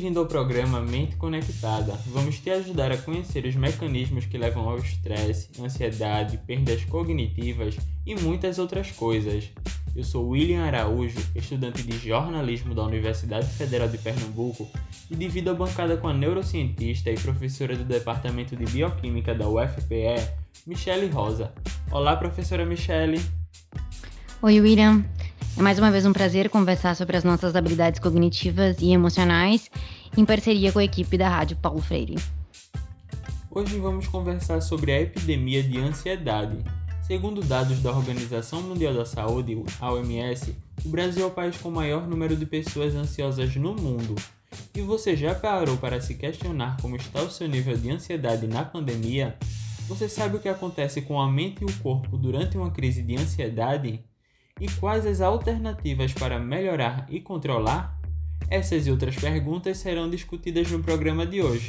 Bem-vindo ao programa Mente Conectada. Vamos te ajudar a conhecer os mecanismos que levam ao estresse, ansiedade, perdas cognitivas e muitas outras coisas. Eu sou William Araújo, estudante de jornalismo da Universidade Federal de Pernambuco e divido a bancada com a neurocientista e professora do Departamento de Bioquímica da UFPE, Michele Rosa. Olá, professora Michele. Oi, William. É mais uma vez um prazer conversar sobre as nossas habilidades cognitivas e emocionais em parceria com a equipe da Rádio Paulo Freire. Hoje vamos conversar sobre a epidemia de ansiedade. Segundo dados da Organização Mundial da Saúde, a OMS, o Brasil é o país com o maior número de pessoas ansiosas no mundo. E você já parou para se questionar como está o seu nível de ansiedade na pandemia? Você sabe o que acontece com a mente e o corpo durante uma crise de ansiedade? E quais as alternativas para melhorar e controlar? Essas e outras perguntas serão discutidas no programa de hoje.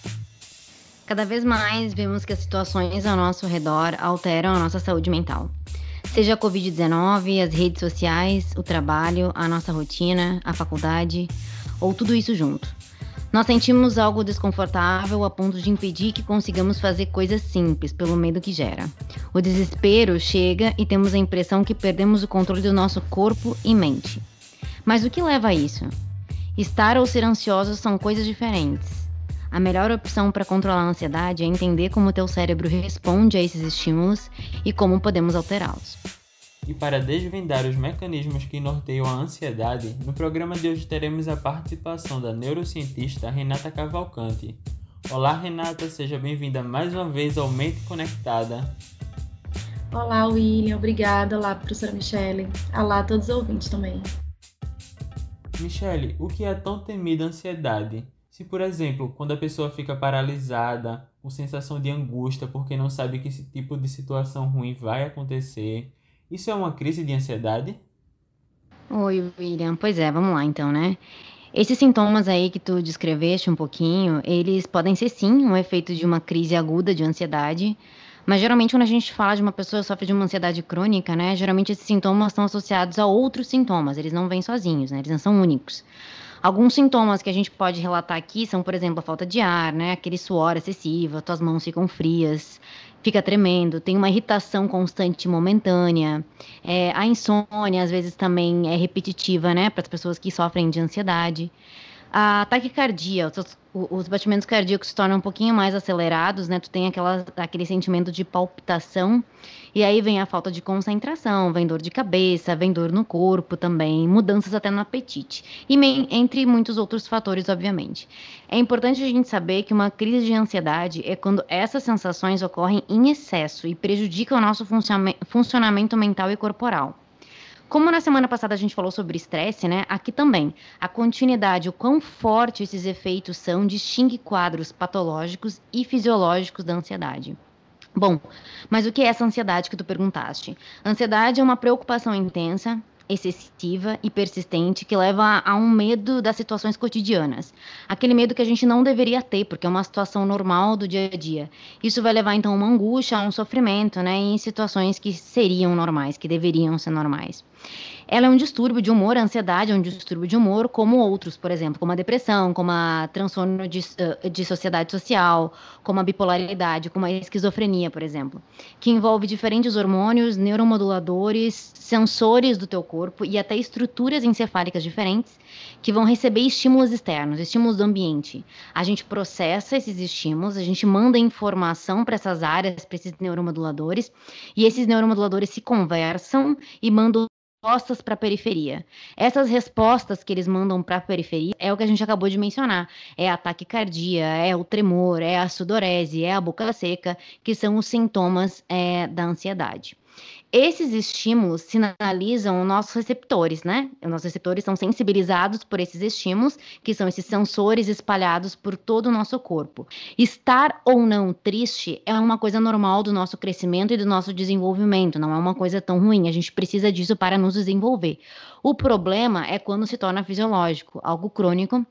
Cada vez mais vemos que as situações ao nosso redor alteram a nossa saúde mental. Seja a Covid-19, as redes sociais, o trabalho, a nossa rotina, a faculdade, ou tudo isso junto. Nós sentimos algo desconfortável a ponto de impedir que consigamos fazer coisas simples, pelo medo que gera. O desespero chega e temos a impressão que perdemos o controle do nosso corpo e mente. Mas o que leva a isso? Estar ou ser ansioso são coisas diferentes. A melhor opção para controlar a ansiedade é entender como o teu cérebro responde a esses estímulos e como podemos alterá-los. E para desvendar os mecanismos que norteiam a ansiedade, no programa de hoje teremos a participação da neurocientista Renata Cavalcante. Olá, Renata, seja bem-vinda mais uma vez ao Mente Conectada. Olá, William, obrigada. Olá, professora Michele. Olá a todos os ouvintes também. Michele, o que é tão temida ansiedade? Se, por exemplo, quando a pessoa fica paralisada, com sensação de angústia porque não sabe que esse tipo de situação ruim vai acontecer, isso é uma crise de ansiedade? Oi, William. Pois é, vamos lá então, né? Esses sintomas aí que tu descreveste um pouquinho, eles podem ser sim um efeito de uma crise aguda de ansiedade, mas geralmente quando a gente fala de uma pessoa que sofre de uma ansiedade crônica, né, geralmente esses sintomas estão associados a outros sintomas, eles não vêm sozinhos, né, eles não são únicos. Alguns sintomas que a gente pode relatar aqui são, por exemplo, a falta de ar, né, aquele suor excessivo, as tuas mãos ficam frias, fica tremendo, tem uma irritação constante e momentânea, a insônia às vezes também é repetitiva, né, para as pessoas que sofrem de ansiedade. A taquicardia, os batimentos cardíacos se tornam um pouquinho mais acelerados, né? Tu tem aquele sentimento de palpitação, e aí vem a falta de concentração, vem dor de cabeça, vem dor no corpo também, mudanças até no apetite, e entre muitos outros fatores, obviamente. É importante a gente saber que uma crise de ansiedade é quando essas sensações ocorrem em excesso e prejudicam o nosso funcionamento mental e corporal. Como na semana passada a gente falou sobre estresse, né? Aqui também. A continuidade, o quão forte esses efeitos são, distingue quadros patológicos e fisiológicos da ansiedade. Bom, mas o que é essa ansiedade que tu perguntaste? Ansiedade é uma preocupação intensa, excessiva e persistente que leva a um medo das situações cotidianas. Aquele medo que a gente não deveria ter, porque é uma situação normal do dia a dia. Isso vai levar então a uma angústia, a um sofrimento, né, em situações que seriam normais, que deveriam ser normais. Ela é um distúrbio de humor, a ansiedade é um distúrbio de humor, como outros, por exemplo, como a depressão, como a transtorno de sociedade social, como a bipolaridade, como a esquizofrenia, por exemplo, que envolve diferentes hormônios, neuromoduladores, sensores do teu corpo e até estruturas encefálicas diferentes que vão receber estímulos externos, estímulos do ambiente. A gente processa esses estímulos, a gente manda informação para essas áreas, para esses neuromoduladores, e esses neuromoduladores se conversam e mandam respostas para a periferia. Essas respostas que eles mandam para a periferia é o que a gente acabou de mencionar. É a taquicardia, é o tremor, é a sudorese, é a boca seca, que são os sintomas da ansiedade. Esses estímulos sinalizam os nossos receptores, né? Os nossos receptores são sensibilizados por esses estímulos, que são esses sensores espalhados por todo o nosso corpo. Estar ou não triste é uma coisa normal do nosso crescimento e do nosso desenvolvimento, não é uma coisa tão ruim. A gente precisa disso para nos desenvolver. O problema é quando se torna fisiológico, algo crônico,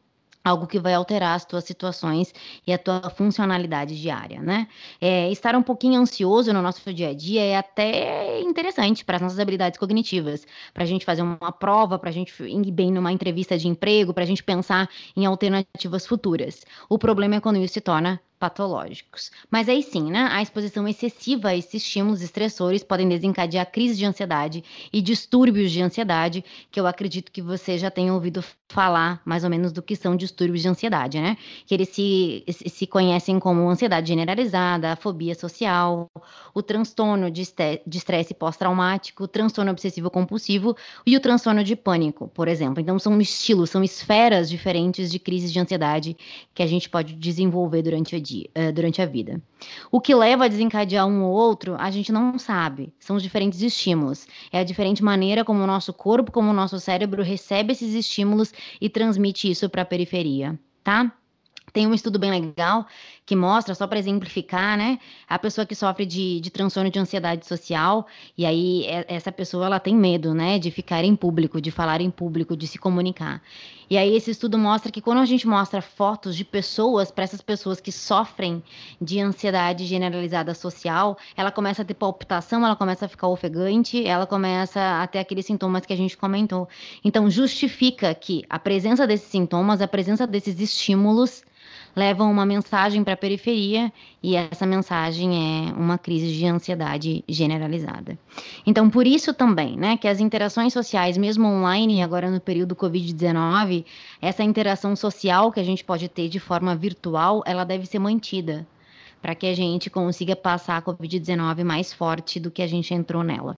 algo que vai alterar as tuas situações e a tua funcionalidade diária, né. Estar um pouquinho ansioso no nosso dia a dia é até interessante para as nossas habilidades cognitivas, para a gente fazer uma prova, para a gente ir bem numa entrevista de emprego, para a gente pensar em alternativas futuras. O problema é quando isso se torna patológicos. Mas aí sim, né, a exposição excessiva a esses estímulos estressores podem desencadear crises de ansiedade e distúrbios de ansiedade, que eu acredito que você já tenha ouvido falar mais ou menos do que são distúrbios de ansiedade, né, que eles se conhecem como ansiedade generalizada, a fobia social, o transtorno de estresse pós-traumático, o transtorno obsessivo compulsivo e o transtorno de pânico, por exemplo. Então são estilos, são esferas diferentes de crises de ansiedade que a gente pode desenvolver durante a vida. O que leva a desencadear um ou outro, a gente não sabe, são os diferentes estímulos. É a diferente maneira como o nosso corpo, como o nosso cérebro recebe esses estímulos e transmite isso para a periferia, tá? Tem um estudo bem legal que mostra, só para exemplificar, né, a pessoa que sofre de transtorno de ansiedade social, e aí essa pessoa ela tem medo, né, de ficar em público, de falar em público, de se comunicar. E aí esse estudo mostra que quando a gente mostra fotos de pessoas, para essas pessoas que sofrem de ansiedade generalizada social, ela começa a ter palpitação, ela começa a ficar ofegante, ela começa a ter aqueles sintomas que a gente comentou. Então justifica que a presença desses sintomas, a presença desses estímulos levam uma mensagem para a periferia e essa mensagem é uma crise de ansiedade generalizada. Então, por isso também, né, que as interações sociais, mesmo online, agora no período Covid-19, essa interação social que a gente pode ter de forma virtual, ela deve ser mantida para que a gente consiga passar a Covid-19 mais forte do que a gente entrou nela.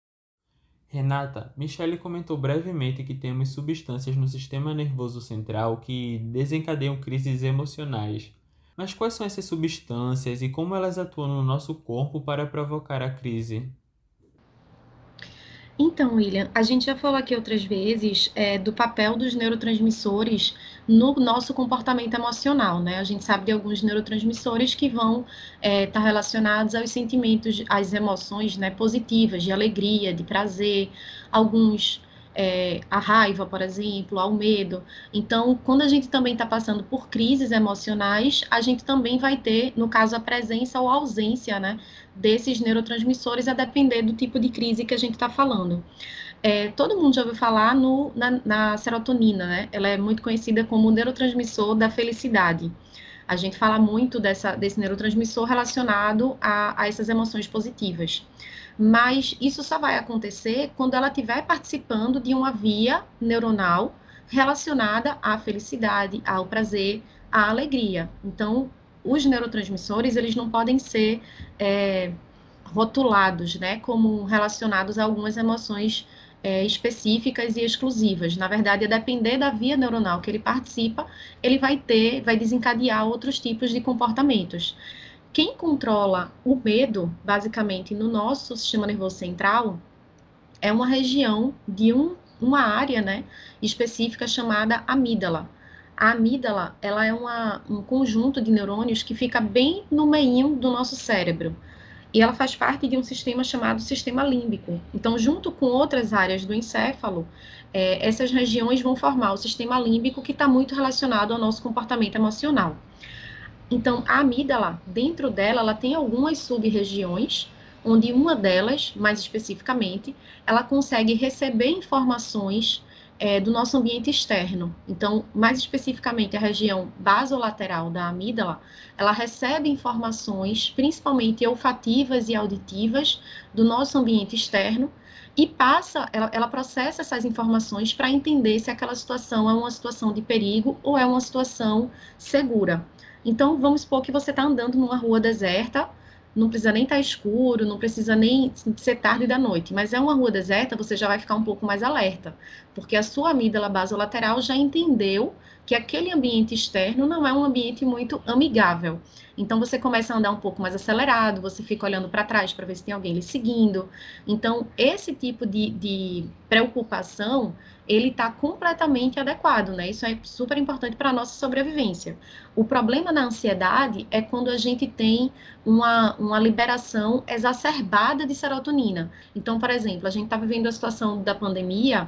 Renata, Michele comentou brevemente que temos substâncias no sistema nervoso central que desencadeiam crises emocionais. Mas quais são essas substâncias e como elas atuam no nosso corpo para provocar a crise? Então, William, a gente já falou aqui outras vezes do papel dos neurotransmissores no nosso comportamento emocional, né? A gente sabe de alguns neurotransmissores que vão estar relacionados aos sentimentos, às emoções, né, positivas, de alegria, de prazer, alguns a raiva, por exemplo, ao medo. Então, quando a gente também está passando por crises emocionais, a gente também vai ter, no caso, a presença ou ausência, né, desses neurotransmissores, a depender do tipo de crise que a gente está falando. Todo mundo já ouviu falar na serotonina, né? Ela é muito conhecida como o neurotransmissor da felicidade. A gente fala muito desse neurotransmissor relacionado a essas emoções positivas. Mas isso só vai acontecer quando ela estiver participando de uma via neuronal relacionada à felicidade, ao prazer, à alegria. Então, os neurotransmissores, eles não podem ser rotulados, né, como relacionados a algumas emoções específicas e exclusivas. Na verdade, a depender da via neuronal que ele participa, ele vai desencadear outros tipos de comportamentos. Quem controla o medo, basicamente, no nosso sistema nervoso central, é uma região de uma área, né, específica chamada amígdala. A amígdala, ela é um conjunto de neurônios que fica bem no meio do nosso cérebro. E ela faz parte de um sistema chamado sistema límbico. Então, junto com outras áreas do encéfalo, essas regiões vão formar o sistema límbico, que está muito relacionado ao nosso comportamento emocional. Então, a amígdala, dentro dela, ela tem algumas sub-regiões, onde uma delas, mais especificamente, ela consegue receber informações do nosso ambiente externo. Então, mais especificamente, a região basolateral da amígdala, ela recebe informações, principalmente olfativas e auditivas, do nosso ambiente externo, e ela processa essas informações para entender se aquela situação é uma situação de perigo ou é uma situação segura. Então, vamos supor que você está andando numa rua deserta, não precisa nem estar escuro, não precisa nem ser tarde da noite, mas é uma rua deserta, você já vai ficar um pouco mais alerta, porque a sua amígdala basolateral já entendeu que aquele ambiente externo não é um ambiente muito amigável. Então, você começa a andar um pouco mais acelerado, você fica olhando para trás para ver se tem alguém lhe seguindo. Então, esse tipo de preocupação, ele está completamente adequado, né? Isso é super importante para a nossa sobrevivência. O problema na ansiedade é quando a gente tem uma liberação exacerbada de serotonina. Então, por exemplo, a gente está vivendo a situação da pandemia,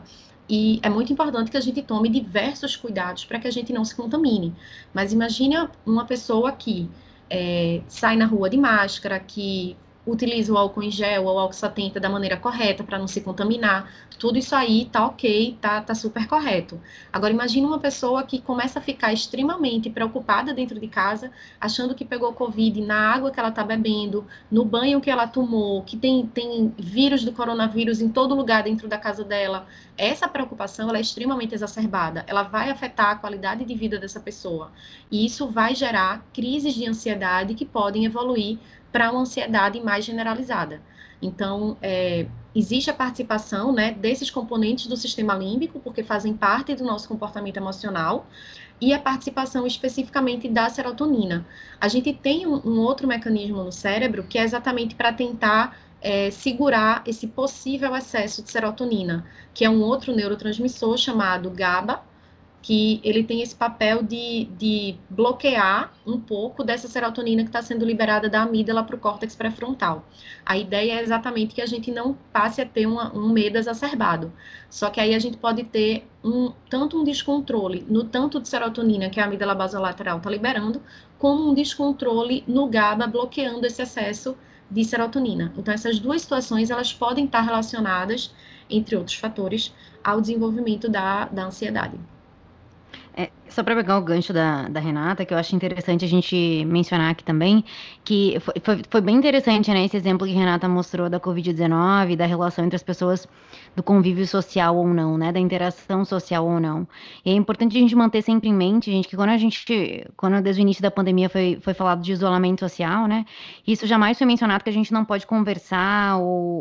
E é muito importante que a gente tome diversos cuidados para que a gente não se contamine. Mas imagine uma pessoa que sai na rua de máscara, que utiliza o álcool em gel ou o álcool 70 da maneira correta para não se contaminar. Tudo isso aí tá ok, tá super correto. Agora imagine uma pessoa que começa a ficar extremamente preocupada dentro de casa, achando que pegou Covid na água que ela está bebendo, no banho que ela tomou, que tem vírus do coronavírus em todo lugar dentro da casa dela. Essa preocupação ela é extremamente exacerbada, ela vai afetar a qualidade de vida dessa pessoa. E isso vai gerar crises de ansiedade que podem evoluir para uma ansiedade mais generalizada. Então, existe a participação, né, desses componentes do sistema límbico, porque fazem parte do nosso comportamento emocional, e a participação especificamente da serotonina. A gente tem um outro mecanismo no cérebro que é exatamente para tentar segurar esse possível excesso de serotonina, que é um outro neurotransmissor chamado GABA, que ele tem esse papel de bloquear um pouco dessa serotonina que está sendo liberada da amígdala para o córtex pré-frontal. A ideia é exatamente que a gente não passe a ter um medo exacerbado. Só que aí a gente pode ter tanto um descontrole no tanto de serotonina que a amígdala basolateral está liberando, como um descontrole no GABA bloqueando esse excesso de serotonina. Então, essas duas situações, elas podem estar relacionadas, entre outros fatores, ao desenvolvimento da ansiedade. Só para pegar o gancho da Renata, que eu acho interessante a gente mencionar aqui também, que foi bem interessante, né, esse exemplo que a Renata mostrou da Covid-19, da relação entre as pessoas, do convívio social ou não, né, da interação social ou não. E é importante a gente manter sempre em mente, gente, que quando desde o início da pandemia foi falado de isolamento social, né, isso jamais foi mencionado que a gente não pode conversar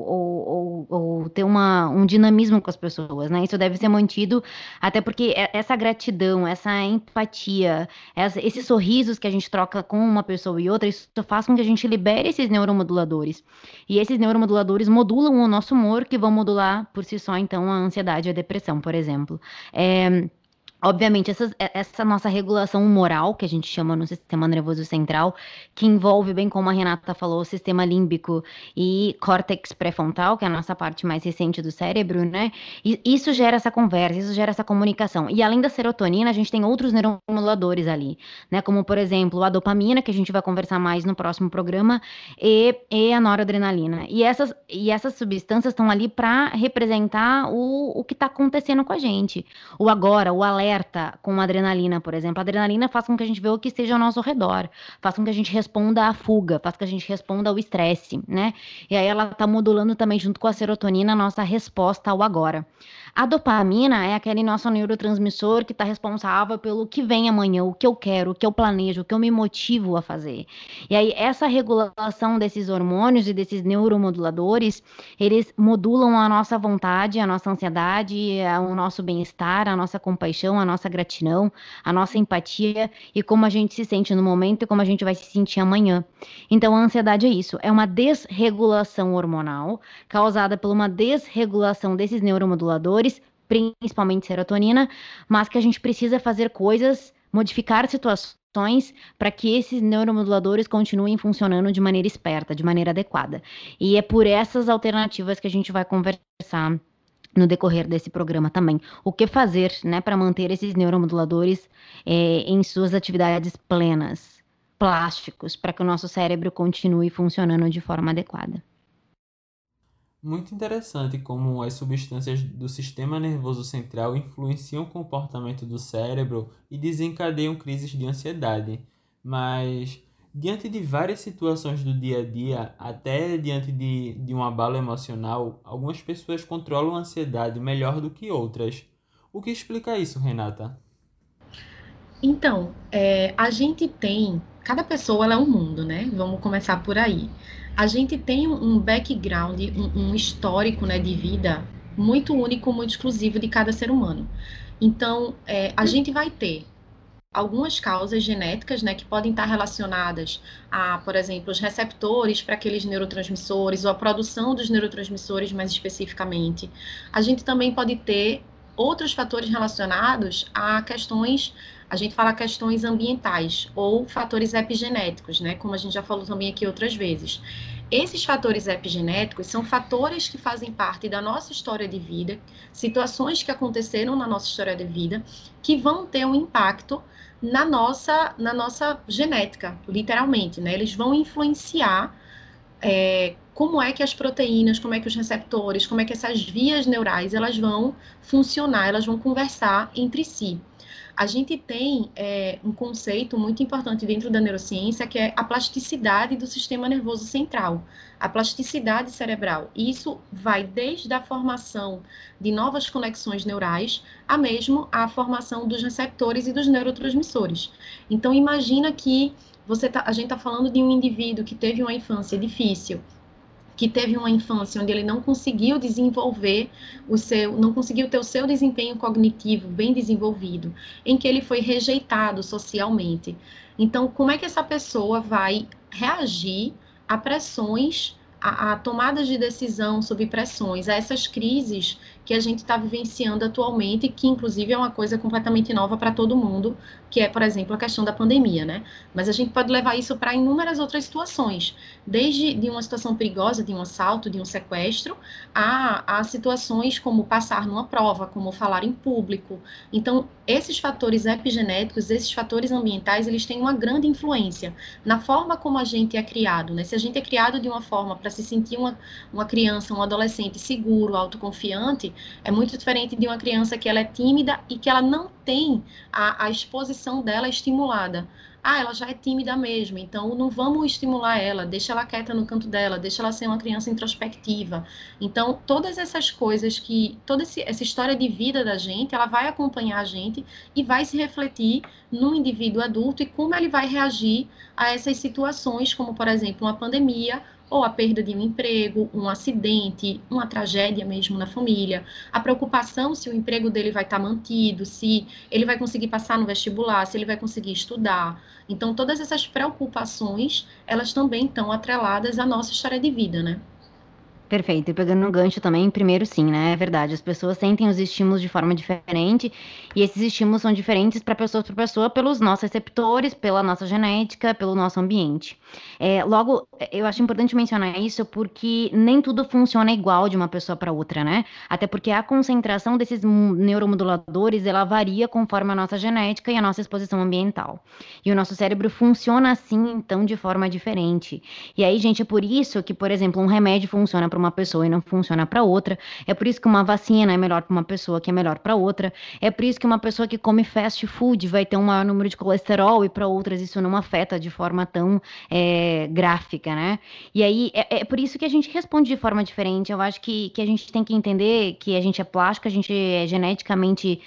ou ter um dinamismo com as pessoas, né, isso deve ser mantido, até porque essa gratidão, essa empatia, esses sorrisos que a gente troca com uma pessoa e outra, isso faz com que a gente libere esses neuromoduladores. E esses neuromoduladores modulam o nosso humor, que vão modular por si só, então, a ansiedade e a depressão, por exemplo. Obviamente, essa nossa regulação humoral, que a gente chama no sistema nervoso central, que envolve, bem como a Renata falou, o sistema límbico e córtex pré-frontal, que é a nossa parte mais recente do cérebro, né? E isso gera essa conversa, isso gera essa comunicação. E além da serotonina, a gente tem outros neuromoduladores ali, né? Como, por exemplo, a dopamina, que a gente vai conversar mais no próximo programa, e a noradrenalina. E essas substâncias estão ali para representar o que está acontecendo com a gente. O agora, o alerta com adrenalina, por exemplo. A adrenalina faz com que a gente veja o que esteja ao nosso redor, faz com que a gente responda à fuga, faz com que a gente responda ao estresse, né? E aí ela tá modulando também, junto com a serotonina, a nossa resposta ao agora. A dopamina é aquele nosso neurotransmissor que está responsável pelo que vem amanhã, o que eu quero, o que eu planejo, o que eu me motivo a fazer. E aí, essa regulação desses hormônios e desses neuromoduladores, eles modulam a nossa vontade, a nossa ansiedade, o nosso bem-estar, a nossa compaixão, a nossa gratidão, a nossa empatia e como a gente se sente no momento e como a gente vai se sentir amanhã. Então, a ansiedade é isso, é uma desregulação hormonal causada por uma desregulação desses neuromoduladores, principalmente serotonina, mas que a gente precisa fazer coisas, modificar situações para que esses neuromoduladores continuem funcionando de maneira esperta, de maneira adequada. E é por essas alternativas que a gente vai conversar no decorrer desse programa também. O que fazer, né, para manter esses neuromoduladores em suas atividades plenas, plásticos, para que o nosso cérebro continue funcionando de forma adequada. Muito interessante como as substâncias do sistema nervoso central influenciam o comportamento do cérebro e desencadeiam crises de ansiedade. Mas, diante de várias situações do dia a dia, até diante de um abalo emocional, algumas pessoas controlam a ansiedade melhor do que outras. O que explica isso, Renata? Então, a gente tem, cada pessoa ela é um mundo, né? Vamos começar por aí. A gente tem um background, um histórico, né, de vida muito único, muito exclusivo de cada ser humano. Então, a gente vai ter algumas causas genéticas, né, que podem estar relacionadas a, por exemplo, os receptores para aqueles neurotransmissores ou a produção dos neurotransmissores mais especificamente. A gente também pode ter outros fatores relacionados a questões, a gente fala questões ambientais ou fatores epigenéticos, né, como a gente já falou também aqui outras vezes. Esses fatores epigenéticos são fatores que fazem parte da nossa história de vida, situações que aconteceram na nossa história de vida, que vão ter um impacto na nossa genética, literalmente, né? Eles vão influenciar como é que as proteínas, como é que os receptores, como é que essas vias neurais, elas vão funcionar, elas vão conversar entre si. A gente tem um conceito muito importante dentro da neurociência, que é a plasticidade do sistema nervoso central, a plasticidade cerebral. E isso vai desde a formação de novas conexões neurais, a mesmo a formação dos receptores e dos neurotransmissores. Então, imagina que a gente está falando de um indivíduo que teve uma infância difícil, que teve uma infância onde ele não conseguiu desenvolver não conseguiu ter o seu desempenho cognitivo bem desenvolvido, em que ele foi rejeitado socialmente. Então, como é que essa pessoa vai reagir a pressões, a tomadas de decisão sob pressões, a essas crises que a gente está vivenciando atualmente, que inclusive é uma coisa completamente nova para todo mundo, que é, por exemplo, a questão da pandemia, né? Mas a gente pode levar isso para inúmeras outras situações, desde de uma situação perigosa, de um assalto, de um sequestro, a situações como passar numa prova, como falar em público. Então, esses fatores epigenéticos, esses fatores ambientais, eles têm uma grande influência na forma como a gente é criado, né? Se a gente é criado de uma forma para se sentir uma criança, um adolescente seguro, autoconfiante, é muito diferente de uma criança que ela é tímida e que ela não tem a exposição dela estimulada. Ah, ela já é tímida mesmo, então não vamos estimular ela, deixa ela quieta no canto dela, deixa ela ser uma criança introspectiva. Então, todas essas coisas essa história de vida da gente, ela vai acompanhar a gente e vai se refletir no indivíduo adulto e como ele vai reagir a essas situações, como, por exemplo, uma pandemia ou a perda de um emprego, um acidente, uma tragédia mesmo na família, a preocupação se o emprego dele vai estar mantido, se ele vai conseguir passar no vestibular, se ele vai conseguir estudar. Então, todas essas preocupações, elas também estão atreladas à nossa história de vida, né? Perfeito. E pegando no gancho também, primeiro sim, né? É verdade. As pessoas sentem os estímulos de forma diferente e esses estímulos são diferentes para pessoa pelos nossos receptores, pela nossa genética, pelo nosso ambiente. Logo, eu acho importante mencionar isso porque nem tudo funciona igual de uma pessoa para outra, né? Até porque a concentração desses neuromoduladores, ela varia conforme a nossa genética e a nossa exposição ambiental. E o nosso cérebro funciona assim, então, de forma diferente. E aí, gente, é por isso que, por exemplo, um remédio funciona para uma pessoa e não funciona para outra. É por isso que uma vacina é melhor para uma pessoa que é melhor para outra. É por isso que uma pessoa que come fast food vai ter um maior número de colesterol e para outras isso não afeta de forma tão gráfica, né? E aí é por isso que a gente responde de forma diferente. Eu acho que a gente tem que entender que a gente é plástico, a gente é geneticamente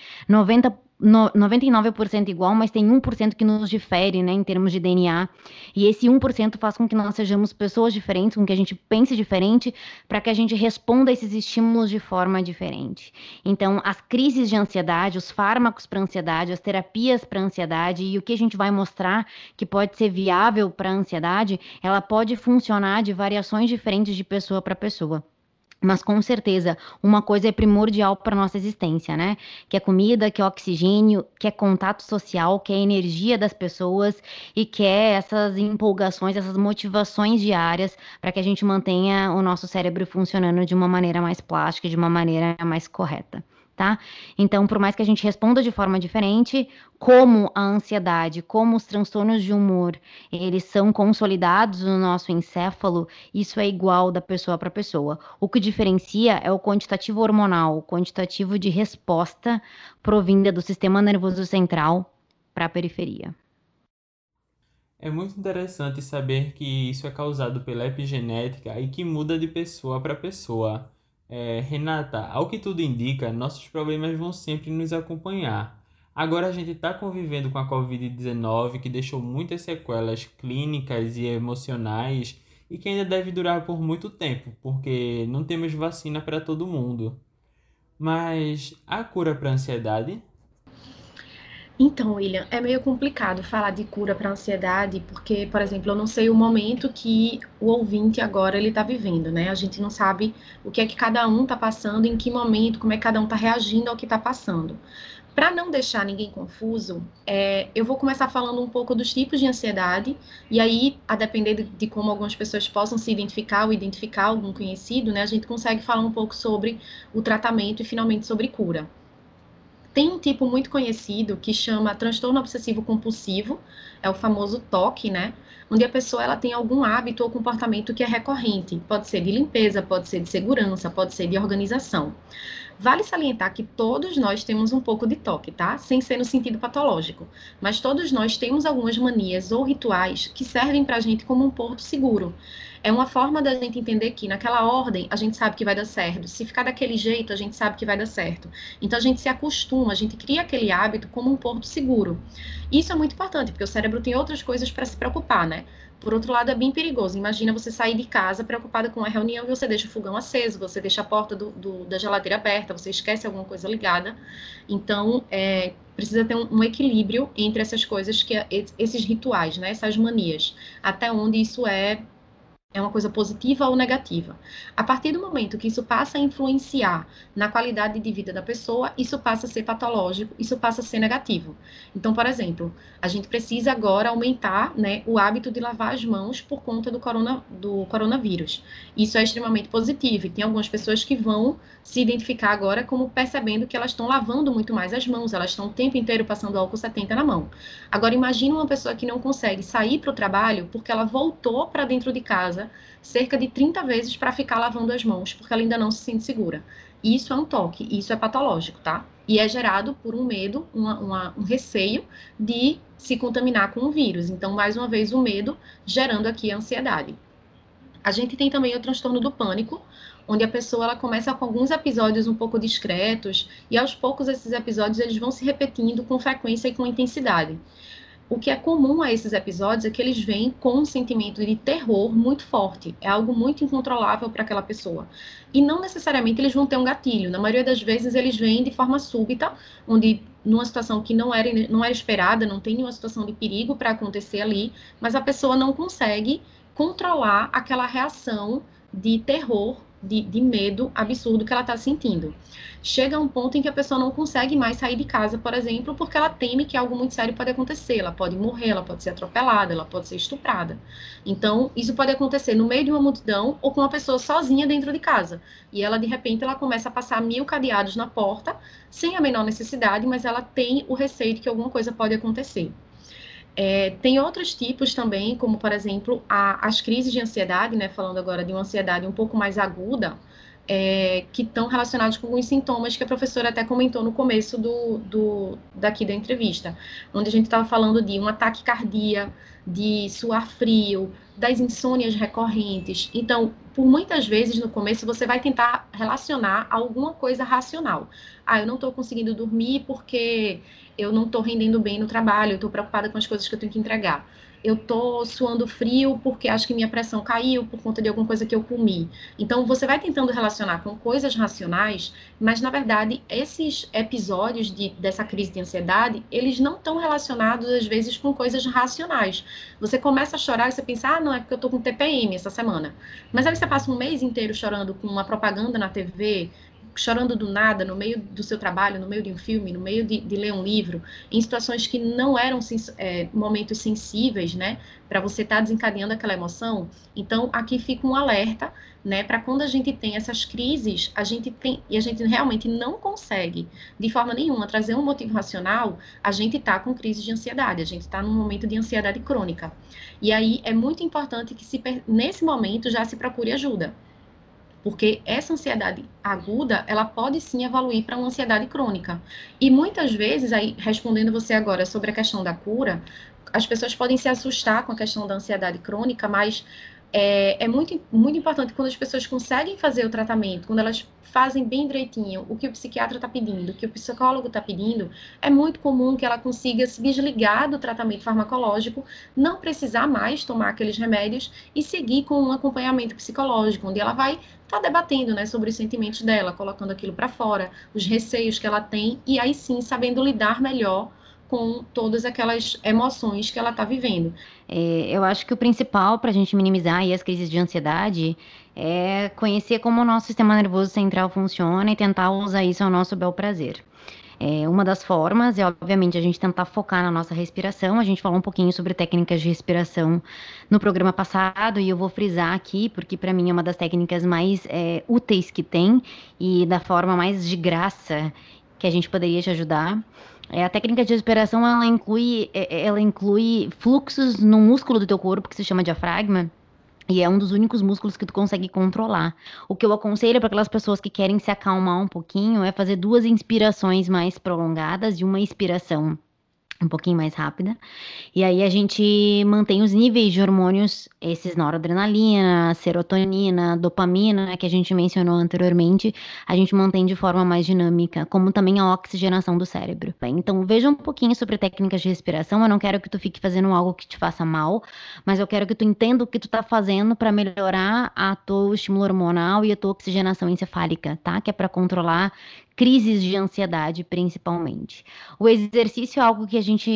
99% igual, mas tem 1% que nos difere, né, em termos de DNA. E esse 1% faz com que nós sejamos pessoas diferentes, com que a gente pense diferente, para que a gente responda a esses estímulos de forma diferente. Então, as crises de ansiedade, os fármacos para ansiedade, as terapias para ansiedade e o que a gente vai mostrar que pode ser viável para ansiedade, ela pode funcionar de variações diferentes de pessoa para pessoa. Mas com certeza, uma coisa é primordial para nossa existência, né? Que é comida, que é oxigênio, que é contato social, que é energia das pessoas e que é essas empolgações, essas motivações diárias para que a gente mantenha o nosso cérebro funcionando de uma maneira mais plástica, de uma maneira mais correta. Tá? Então, por mais que a gente responda de forma diferente, como a ansiedade, como os transtornos de humor, eles são consolidados no nosso encéfalo, isso é igual da pessoa para pessoa. O que diferencia é o quantitativo hormonal, o quantitativo de resposta provinda do sistema nervoso central para a periferia. É muito interessante saber que isso é causado pela epigenética e que muda de pessoa para pessoa. Renata, ao que tudo indica, nossos problemas vão sempre nos acompanhar. Agora a gente está convivendo com a Covid-19, que deixou muitas sequelas clínicas e emocionais e que ainda deve durar por muito tempo, porque não temos vacina para todo mundo. Mas há cura para a ansiedade? Então, William, é meio complicado falar de cura para ansiedade, porque, por exemplo, eu não sei o momento que o ouvinte agora ele está vivendo, né? A gente não sabe o que é que cada um está passando, em que momento, como é que cada um está reagindo ao que está passando. Para não deixar ninguém confuso, eu vou começar falando um pouco dos tipos de ansiedade, e aí, a depender de como algumas pessoas possam se identificar ou identificar algum conhecido, né, a gente consegue falar um pouco sobre o tratamento e, finalmente, sobre cura. Tem um tipo muito conhecido que chama transtorno obsessivo compulsivo, é o famoso TOC, né? Onde a pessoa ela tem algum hábito ou comportamento que é recorrente. Pode ser de limpeza, pode ser de segurança, pode ser de organização. Vale salientar que todos nós temos um pouco de toque, tá? Sem ser no sentido patológico. Mas todos nós temos algumas manias ou rituais que servem pra gente como um porto seguro. É uma forma da gente entender que naquela ordem a gente sabe que vai dar certo. Se ficar daquele jeito, a gente sabe que vai dar certo. Então a gente se acostuma, a gente cria aquele hábito como um porto seguro. Isso é muito importante, porque o cérebro tem outras coisas para se preocupar, né? Por outro lado, é bem perigoso. Imagina você sair de casa preocupada com a reunião e você deixa o fogão aceso, você deixa a porta da geladeira aberta, você esquece alguma coisa ligada. Então, precisa ter um equilíbrio entre essas coisas, esses rituais, né? Essas manias. Até onde isso é uma coisa positiva ou negativa. A partir do momento que isso passa a influenciar na qualidade de vida da pessoa, isso passa a ser patológico, isso passa a ser negativo. Então, por exemplo, a gente precisa agora aumentar, né, o hábito de lavar as mãos por conta do coronavírus. Isso é extremamente positivo e tem algumas pessoas que vão se identificar agora como percebendo que elas estão lavando muito mais as mãos, elas estão o tempo inteiro passando álcool 70 na mão. Agora, imagina uma pessoa que não consegue sair para o trabalho porque ela voltou para dentro de casa cerca de 30 vezes para ficar lavando as mãos, porque ela ainda não se sente segura. Isso é um toque, isso é patológico, tá? E é gerado por um medo, um receio de se contaminar com o vírus. Então, mais uma vez, o medo gerando aqui a ansiedade. A gente tem também o transtorno do pânico, onde a pessoa ela começa com alguns episódios um pouco discretos e aos poucos esses episódios eles vão se repetindo com frequência e com intensidade. O que é comum a esses episódios é que eles vêm com um sentimento de terror muito forte. É algo muito incontrolável para aquela pessoa. E não necessariamente eles vão ter um gatilho. Na maioria das vezes eles vêm de forma súbita, onde numa situação que não era esperada, não tem nenhuma situação de perigo para acontecer ali, mas a pessoa não consegue controlar aquela reação de terror, de medo absurdo que ela está sentindo. Chega a um ponto em que a pessoa não consegue mais sair de casa, por exemplo, porque ela teme que algo muito sério pode acontecer. Ela pode morrer, ela pode ser atropelada, ela pode ser estuprada. Então, isso pode acontecer no meio de uma multidão ou com uma pessoa sozinha dentro de casa. E ela, de repente, ela começa a passar 1000 cadeados na porta, sem a menor necessidade, mas ela tem o receio de que alguma coisa pode acontecer. Tem outros tipos também, como, por exemplo, as crises de ansiedade, né? Falando agora de uma ansiedade um pouco mais aguda, que estão relacionados com alguns sintomas que a professora até comentou no começo daqui da entrevista, onde a gente estava falando de um ataque cardíaco, de suar frio, das insônias recorrentes. Então, por muitas vezes no começo você vai tentar relacionar alguma coisa racional. Eu não estou conseguindo dormir porque eu não estou rendendo bem no trabalho, eu estou preocupada com as coisas que eu tenho que entregar. Eu estou suando frio porque acho que minha pressão caiu por conta de alguma coisa que eu comi. Então, você vai tentando relacionar com coisas racionais, mas, na verdade, esses episódios dessa crise de ansiedade, eles não estão relacionados, às vezes, com coisas racionais. Você começa a chorar e você pensa, não, é porque eu estou com TPM essa semana. Mas aí você passa um mês inteiro chorando com uma propaganda na TV, chorando do nada, no meio do seu trabalho, no meio de um filme, no meio de ler um livro, em situações que não eram momentos sensíveis, né, para você estar desencadeando aquela emoção. Então, aqui fica um alerta, né, para quando a gente tem essas crises, a gente realmente não consegue, de forma nenhuma, trazer um motivo racional, a gente está com crise de ansiedade, a gente está num momento de ansiedade crônica. E aí é muito importante que nesse momento já se procure ajuda. Porque essa ansiedade aguda, ela pode sim evoluir para uma ansiedade crônica. E muitas vezes, aí respondendo você agora sobre a questão da cura, as pessoas podem se assustar com a questão da ansiedade crônica, mas é muito, muito importante quando as pessoas conseguem fazer o tratamento, quando elas fazem bem direitinho o que o psiquiatra está pedindo, o que o psicólogo está pedindo, é muito comum que ela consiga se desligar do tratamento farmacológico, não precisar mais tomar aqueles remédios e seguir com um acompanhamento psicológico, onde ela vai estar debatendo, né, sobre os sentimentos dela, colocando aquilo para fora, os receios que ela tem, e aí sim sabendo lidar melhor com todas aquelas emoções que ela está vivendo. Eu acho que o principal para a gente minimizar aí as crises de ansiedade é conhecer como o nosso sistema nervoso central funciona e tentar usar isso ao nosso bel prazer. Uma das formas é, obviamente, a gente tentar focar na nossa respiração. A gente falou um pouquinho sobre técnicas de respiração no programa passado e eu vou frisar aqui, porque para mim é uma das técnicas mais úteis que tem e da forma mais de graça que a gente poderia te ajudar. A técnica de respiração, ela inclui fluxos no músculo do teu corpo, que se chama diafragma, e é um dos únicos músculos que tu consegue controlar. O que eu aconselho para aquelas pessoas que querem se acalmar um pouquinho é fazer 2 inspirações mais prolongadas e uma expiração um pouquinho mais rápida. E aí a gente mantém os níveis de hormônios, esses noradrenalina, serotonina, dopamina, né, que a gente mencionou anteriormente, a gente mantém de forma mais dinâmica, como também a oxigenação do cérebro. Então veja um pouquinho sobre técnicas de respiração. Eu não quero que tu fique fazendo algo que te faça mal, mas eu quero que tu entenda o que tu tá fazendo para melhorar a tua estímulo hormonal e a tua oxigenação encefálica, tá? Que é para controlar crises de ansiedade, principalmente. O exercício é algo que a gente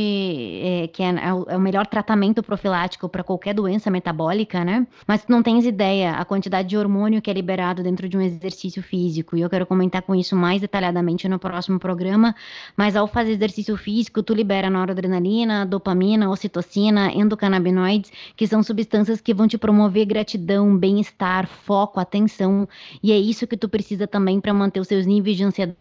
é o melhor tratamento profilático para qualquer doença metabólica, né? Mas tu não tens ideia a quantidade de hormônio que é liberado dentro de um exercício físico. E eu quero comentar com isso mais detalhadamente no próximo programa. Mas ao fazer exercício físico, tu libera noradrenalina, dopamina, ocitocina, endocannabinoides, que são substâncias que vão te promover gratidão, bem-estar, foco, atenção. E é isso que tu precisa também para manter os seus níveis de ansiedades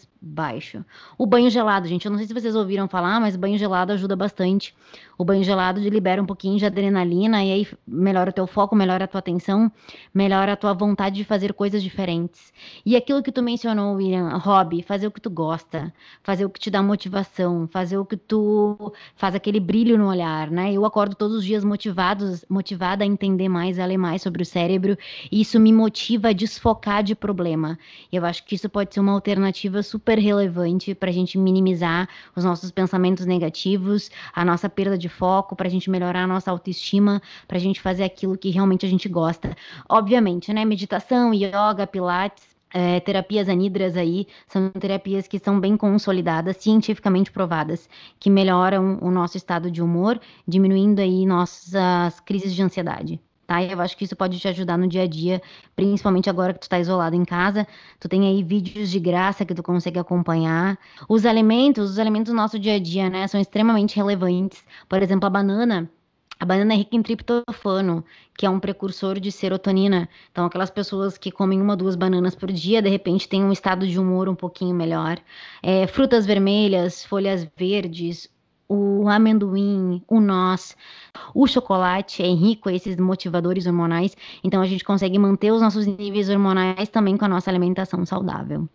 baixo. O banho gelado, gente, eu não sei se vocês ouviram falar, mas banho gelado ajuda bastante. O banho gelado libera um pouquinho de adrenalina e aí melhora o teu foco, melhora a tua atenção, melhora a tua vontade de fazer coisas diferentes. E aquilo que tu mencionou, William, hobby, fazer o que tu gosta, fazer o que te dá motivação, fazer o que tu faz aquele brilho no olhar, né? Eu acordo todos os dias motivada a entender mais, a ler mais sobre o cérebro, e isso me motiva a desfocar de problema. E eu acho que isso pode ser uma alternativa super relevante para a gente minimizar os nossos pensamentos negativos, a nossa perda de foco, para a gente melhorar a nossa autoestima, para a gente fazer aquilo que realmente a gente gosta. Obviamente, né? Meditação, yoga, pilates, terapias anidras aí, são terapias que são bem consolidadas, cientificamente provadas, que melhoram o nosso estado de humor, diminuindo aí nossas crises de ansiedade. Tá? Eu acho que isso pode te ajudar no dia a dia, principalmente agora que tu tá isolado em casa. Tu tem aí vídeos de graça que tu consegue acompanhar. Os alimentos do nosso dia a dia, né, são extremamente relevantes. Por exemplo, a banana. A banana é rica em triptofano, que é um precursor de serotonina. Então, aquelas pessoas que comem 1 ou 2 bananas por dia, de repente tem um estado de humor um pouquinho melhor. Frutas vermelhas, folhas verdes, o amendoim, o noz, o chocolate é rico a esses motivadores hormonais, então a gente consegue manter os nossos níveis hormonais também com a nossa alimentação saudável.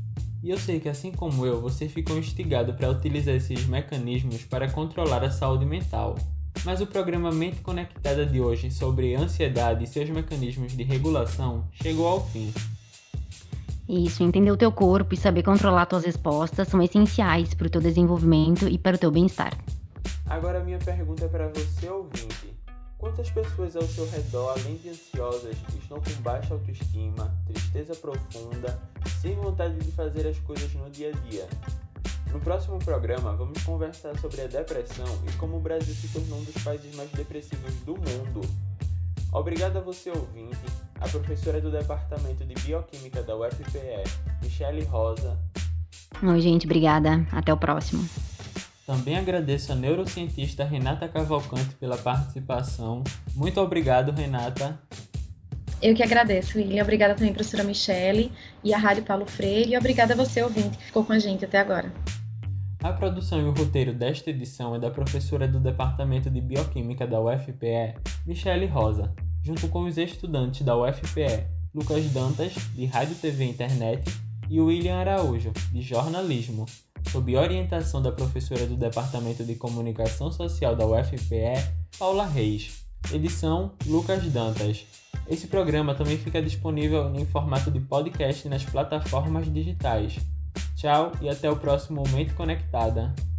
E eu sei que, assim como eu, você ficou instigado para utilizar esses mecanismos para controlar a saúde mental. Mas o programa Mente Conectada de hoje sobre ansiedade e seus mecanismos de regulação chegou ao fim. Isso, entender o teu corpo e saber controlar tuas respostas são essenciais para o teu desenvolvimento e para o teu bem-estar. Agora minha pergunta é para você, ouvinte. Quantas pessoas ao seu redor, além de ansiosas, estão com baixa autoestima, tristeza profunda, sem vontade de fazer as coisas no dia a dia? No próximo programa, vamos conversar sobre a depressão e como o Brasil se tornou um dos países mais depressivos do mundo. Obrigado a você, ouvinte, a professora do Departamento de Bioquímica da UFPE, Michele Rosa. Oi, gente, obrigada. Até o próximo. Também agradeço a neurocientista Renata Cavalcante pela participação. Muito obrigado, Renata. Eu que agradeço, William. Obrigada também, professora Michele e a Rádio Paulo Freire. E obrigada a você, ouvinte, que ficou com a gente até agora. A produção e o roteiro desta edição é da professora do Departamento de Bioquímica da UFPE, Michele Rosa, junto com os estudantes da UFPE, Lucas Dantas, de Rádio, TV e Internet, e William Araújo, de Jornalismo, sob orientação da professora do Departamento de Comunicação Social da UFPE, Paula Reis. Edição, Lucas Dantas. Esse programa também fica disponível em formato de podcast nas plataformas digitais. Tchau e até o próximo Mente Conectada.